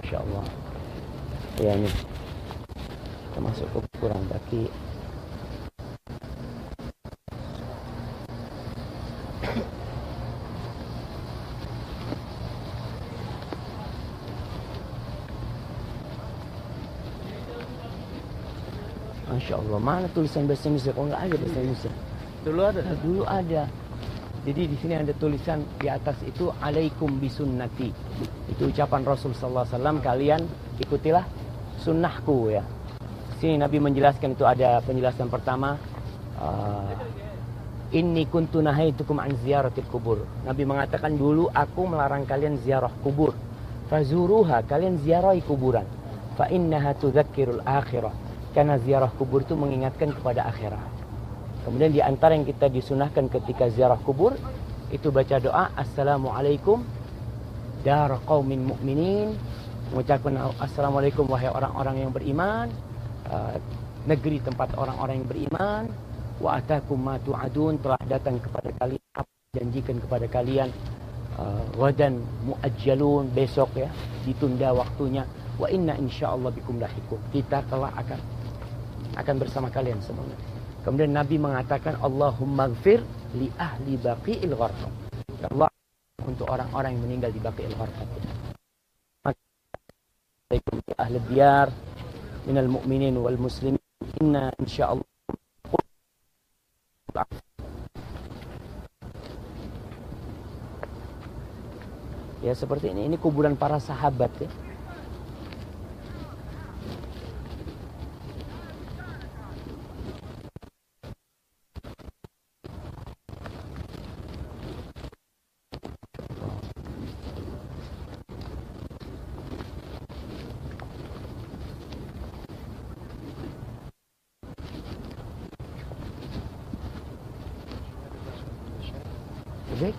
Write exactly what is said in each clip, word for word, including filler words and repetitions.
Masya Allah. Ya ini termasuk kurang baki. Masya Allah, mana tulisan bahasa Indonesia? Kalau nggak ada bahasa Indonesia. Dulu ada. Nah, dulu ada. Jadi di sini ada tulisan di atas itu alaikum bisunnati. Itu ucapan Rasul sallallahu alaihi wasallam, kalian ikutilah sunnahku ya. Sini Nabi menjelaskan, itu ada penjelasan pertama. Uh, Inni kuntu nahaitukum an ziyaratil kubur. Nabi mengatakan dulu aku melarang kalian ziarah kubur. Fazuruha, kalian ziarahi kuburan. Fa innaha tudzakkirul akhirah. Karena ziarah kubur itu mengingatkan kepada akhirat. Kemudian di antara yang kita disunahkan ketika ziarah kubur itu baca doa Assalamualaikum dar qaumin mu'minin, mengucapkan Assalamualaikum wahai orang-orang yang beriman, uh, negeri tempat orang-orang yang beriman. Wa atakum ma tu'adun, telah datang kepada kalian apa janjikan kepada kalian. uh, Ghadan muajjalun, besok ya ditunda waktunya. Wa inna insyaallah bikum lahiqun, kita kelak akan akan bersama kalian semuanya. Kemudian Nabi mengatakan Allahumma gfir li ahli baqi'il gharqad. Ya Allah, untuk orang-orang yang meninggal di baqi'il gharqad. Assalamualaikum ya ahli diyar minal mu'minin wal muslimin inna insyaallah. Ya seperti ini, ini kuburan para sahabat ya. Baik.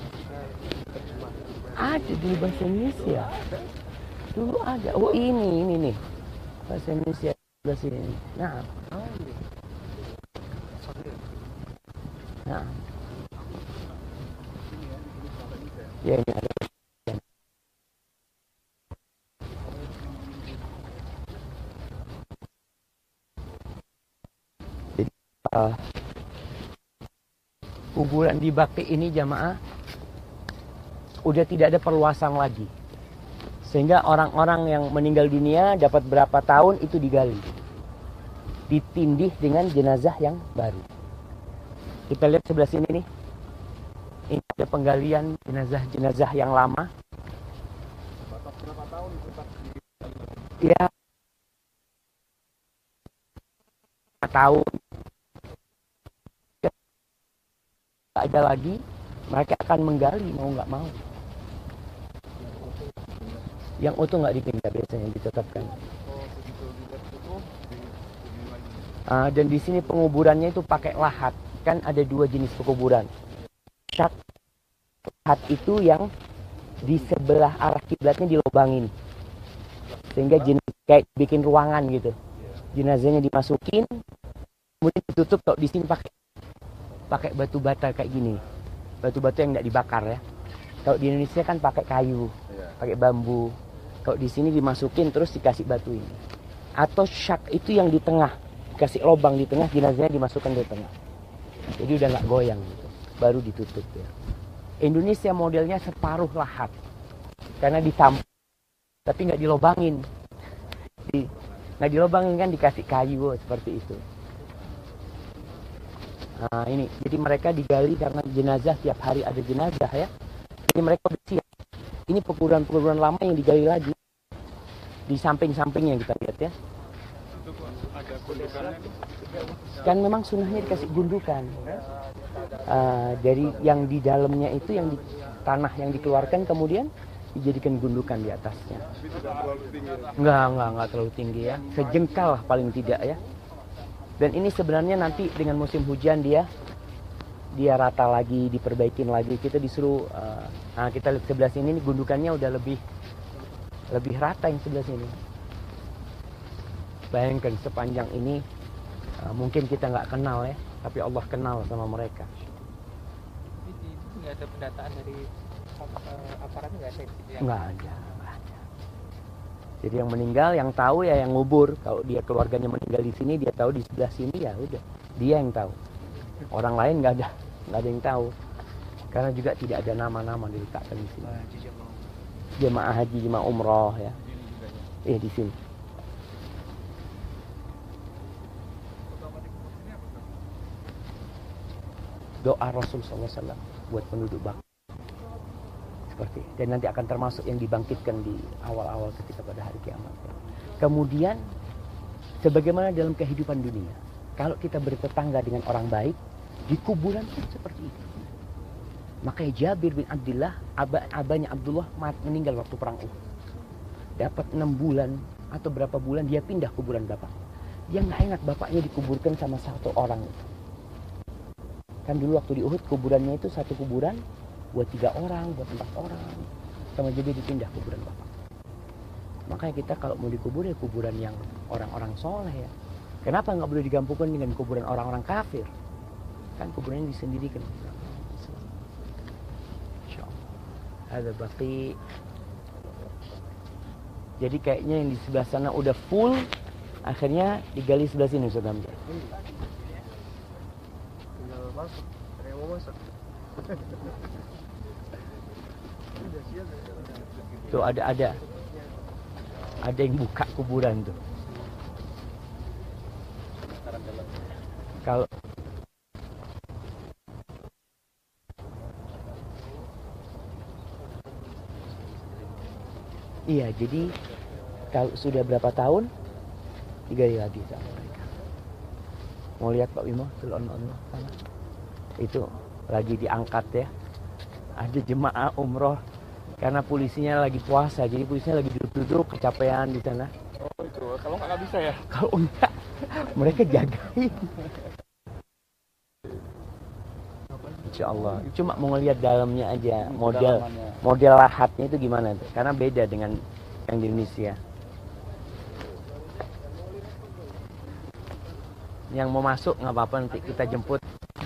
Ada di bahasa Indonesia. Dulu ada. Oh ini, ini nih. Bahasa Indonesia sebelah sini. Nah. Nah. Ya ini ada. Jadi uh, kuburan di Baqi ini jamaah udah tidak ada perluasan lagi, sehingga orang-orang yang meninggal dunia dapat berapa tahun itu digali, ditindih dengan jenazah yang baru. Kita lihat sebelah sini nih, ini ada penggalian jenazah-jenazah yang lama. Berapa tahun kita Ya, tahun nggak ada lagi, mereka akan menggali mau nggak mau. Yang utuh nggak dipindah biasanya, ditetapkan. Uh, dan di sini penguburannya itu pakai lahat. Kan ada dua jenis penguburan. Syak lahat itu yang di sebelah arah kiblatnya dilobangin, sehingga jenazah kayak bikin ruangan gitu. Jenazahnya dimasukin, kemudian ditutup. Kalau di sini pakai pakai batu bata kayak gini, batu batu yang nggak dibakar ya. Kalau di Indonesia kan pakai kayu, pakai bambu. Kalau di sini dimasukin terus dikasih batu ini. Atau syak itu yang di tengah, dikasih lubang di tengah, jenazahnya dimasukkan di tengah. Jadi udah nggak goyang gitu, baru ditutup ya. Indonesia modelnya separuh lahat, karena ditampung, tapi nggak dilobangin. Di, nggak dilobangin kan, dikasih kayu seperti itu. Nah ini, jadi mereka digali karena jenazah tiap hari ada jenazah ya. Jadi mereka udah siap. Ini pekuburan-pekuburan lama yang digali lagi. Di samping-sampingnya kita lihat ya. Kan memang sunnahnya dikasih gundukan. Uh, dari yang di dalamnya itu, yang di tanah yang dikeluarkan kemudian dijadikan gundukan di atasnya. Enggak, enggak, enggak terlalu tinggi ya. Sejengkal lah paling tidak ya. Dan ini sebenarnya nanti dengan musim hujan dia dia rata lagi, diperbaikin lagi. Kita disuruh, uh, nah kita lihat sebelah sini nih, gundukannya udah lebih lebih rata yang sebelah sini. Bayangkan sepanjang ini, uh, mungkin kita nggak kenal ya, tapi Allah kenal sama mereka. Jadi nggak ada pendataan dari uh, aparatnya, nggak ada? Nggak ada, nggak ada. Jadi yang meninggal, yang tahu ya yang ngubur. Kalau dia keluarganya meninggal di sini, dia tahu di sebelah sini, ya udah, dia yang tahu. Orang lain nggak ada, nggak ada yang tahu. Karena juga tidak ada nama-nama diletakkan di sini. Jemaah haji, jemaah umroh ya. Eh di sini. Doa Rasul sallallahu alaihi wasallam buat penduduk Baqi. Seperti dan nanti akan termasuk yang dibangkitkan di awal-awal ketika pada hari kiamat. Kemudian sebagaimana dalam kehidupan dunia, kalau kita bertetangga dengan orang baik, di kuburan pun seperti itu. Makanya Jabir bin Abdullah, aba, abahnya Abdullah meninggal waktu perang Uhud. Dapat enam bulan atau berapa bulan dia pindah kuburan bapak. Dia nggak ingat bapaknya dikuburkan sama satu orang. Kan dulu waktu di Uhud kuburannya itu satu kuburan buat tiga orang, buat empat orang. Sama jadi dipindah kuburan bapak. Makanya kita kalau mau dikubur ya kuburan yang orang-orang soleh ya. Kenapa nggak boleh digabungkan dengan kuburan orang-orang kafir? Kan kuburannya disendirikan. Ada Baqi. Jadi kayaknya yang di sebelah sana udah full, akhirnya digali sebelah sini Ustaz Hamzah. Tinggal masuk, ada yang mau masuk. Tuh ada ada, ada yang buka kuburan tuh. Kalau iya, jadi kalau sudah berapa tahun digali lagi sama mereka. Mau lihat Pak Wimo, on on sana. Itu lagi diangkat ya. Ada jemaah umroh karena polisinya lagi puasa, jadi polisinya lagi duduk-duduk kecapean di sana. Oh itu, kalau nggak bisa ya? Kalau enggak, mereka jagain. Insya Allah. Cuma mau ngelihat dalamnya aja, model model lahatnya itu gimana tuh? Karena beda dengan yang di Indonesia. Yang mau masuk nggak apa-apa, nanti kita jemput.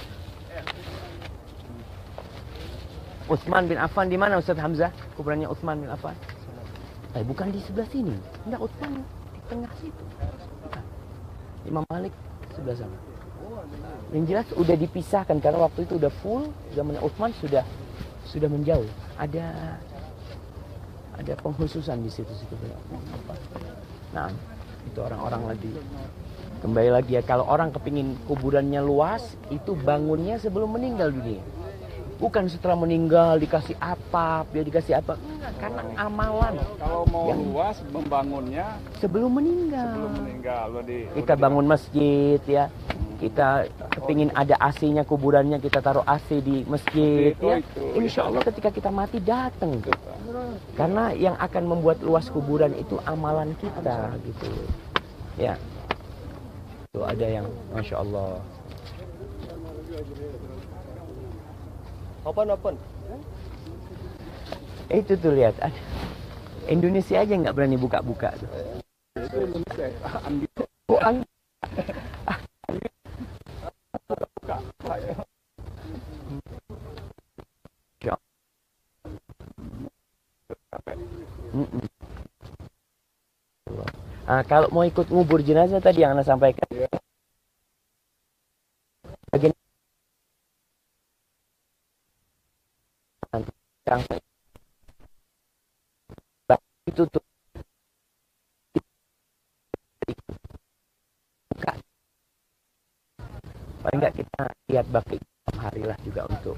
Utsman bin Affan di mana Ustaz Hamzah? Kuburannya Utsman bin Affan. Eh bukan di sebelah sini. Enggak, Utsman di tengah situ. Imam Malik sebelah sana. Yang jelas udah dipisahkan karena waktu itu udah full, zamannya Utsman sudah sudah menjauh. Ada ada pengkhususan di situ-situ. Nah, itu orang-orang lagi kembali lagi ya, kalau orang kepingin kuburannya luas, itu bangunnya sebelum meninggal dunia. Bukan setelah meninggal dikasih atap, dia dikasih apa? Enggak, karena amalan. Kalau mau yang luas membangunnya sebelum meninggal. Sebelum meninggal, udah di, kita udah bangun di... masjid ya. Kita kepingin ada A C-nya kuburannya, kita taruh A C di masjid oh, ya. itu, Insya Allah ketika kita mati datang tuh. Karena yang akan membuat luas kuburan itu amalan kita gitu. Ya. Tuh ada yang Masya Allah. Open open. Eh, itu tuh lihat ada. Indonesia aja nggak berani buka-buka tuh. Itu Indonesia. Ambil. Oh, ang- Nah, kalau mau ikut ngubur jenazah tadi yang Anda sampaikan, ya. Bagian itu tuh buka. Paling nggak kita lihat Baqi hari lah juga untuk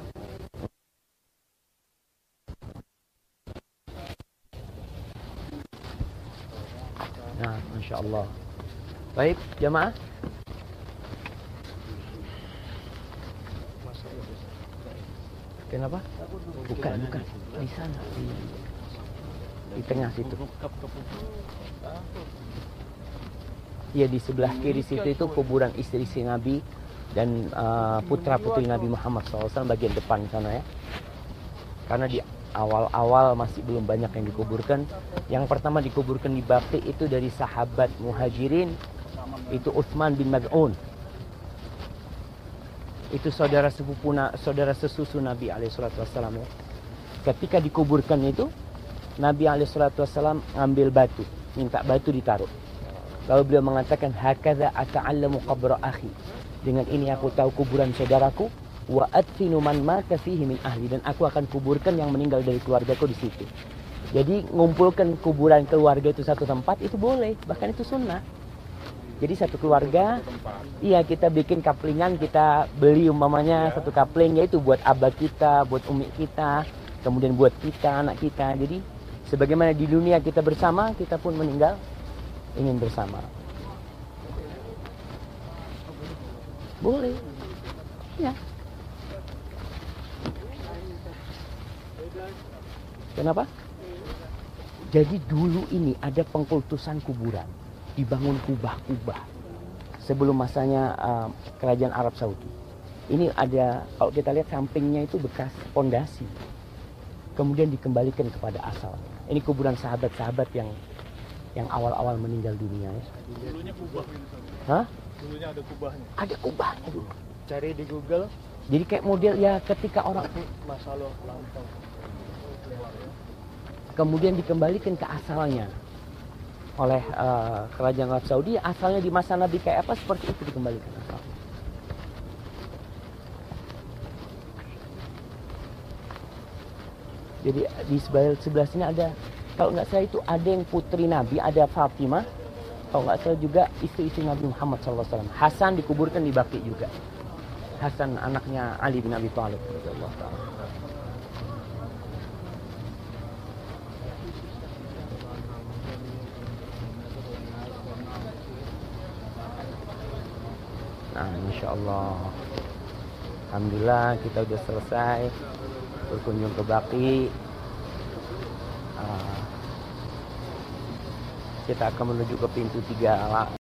nah, Masya Allah. Baik, jamaah. Kenapa? Bukan, bukan. Di sana, di, di tengah situ. Ya, di sebelah kiri situ itu kuburan istri si Nabi dan uh, putra putri Nabi Muhammad shallallahu alaihi wasallam bagian depan sana ya. Karena di awal-awal masih belum banyak yang dikuburkan. Yang pertama dikuburkan di Baqi itu dari sahabat Muhajirin, itu Utsman bin Maz'un. Itu saudara sepupu, saudara sesusu Nabi alaihi salatu wassalam ya. Ketika dikuburkan itu, Nabi alaihi salatu wasallam ngambil batu, minta batu ditaruh. Lalu beliau mengatakan, "Hakadza ata'allamu qabra akhi." Dengan ini aku tahu kuburan saudaraku, wa adfinu man mata fihi min ahli, dan aku akan kuburkan yang meninggal dari keluargaku di situ. Jadi ngumpulkan kuburan keluarga itu satu tempat itu boleh, bahkan itu sunnah. Jadi satu keluarga, iya kita bikin kaplingan, kita beli umpamanya ya. Satu kapling, yaitu buat abah kita, buat umi kita, kemudian buat kita, anak kita. Jadi sebagaimana di dunia kita bersama, kita pun meninggal ingin bersama. Boleh. Ya. Kenapa? Jadi dulu ini ada pengkultusan kuburan. Dibangun kubah-kubah sebelum masanya uh, kerajaan Arab Saudi. Ini ada, kalau kita lihat sampingnya itu bekas pondasi, kemudian dikembalikan kepada asalnya. Ini kuburan sahabat-sahabat yang yang awal-awal meninggal dunia. Ya. Dulunya kubah. Hah? Dulunya ada kubahnya. Ada kubahnya dulu. Cari di Google. Jadi kayak model ya ketika orang Masalah lampau. kemudian dikembalikan ke asalnya oleh uh, kerajaan Arab Saudi. Asalnya di masa Nabi kayak apa, seperti itu dikembalikan asal. Jadi di sebelah, sebelah sini ada, kalau nggak salah itu ada yang putri Nabi, ada Fatimah, kalau nggak salah juga istri-istri Nabi Muhammad shallallahu alaihi wasallam. Hasan dikuburkan di Baqi juga. Hasan anaknya Ali bin Abi Thalib radhiyallahu ta'ala. Nah, insya Allah, alhamdulillah kita udah selesai berkunjung ke Baqi. Uh, kita akan menuju ke pintu tiga